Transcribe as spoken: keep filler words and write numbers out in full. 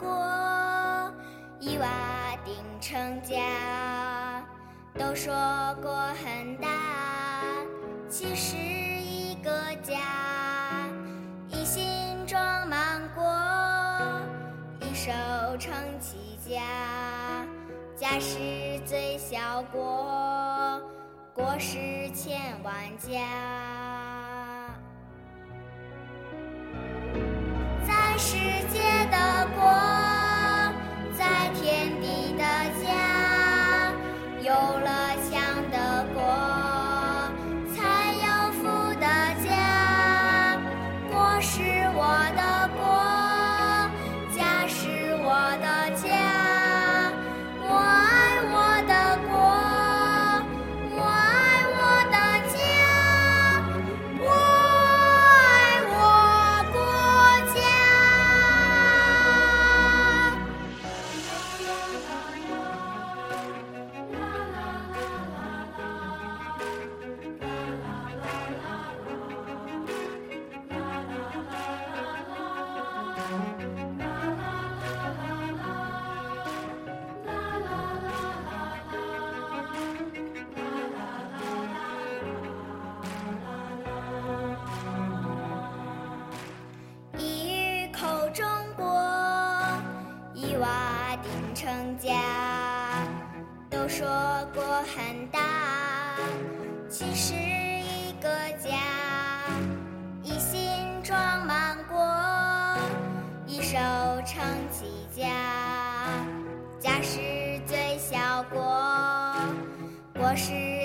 国，一瓦顶成家。都说国很大，其实一个家。一心装满国，一手撑起家。家是最小国，国是千万家。在世界的国，在天地的家，有了强的国，才有富的家。国是我的国，家是我的家。我爱我的国，我爱我的家，我爱我国家。一语口中国，一瓦顶成家。都说国很大，其实一个家。一心装满国，一手撑起家。家是最小国，国是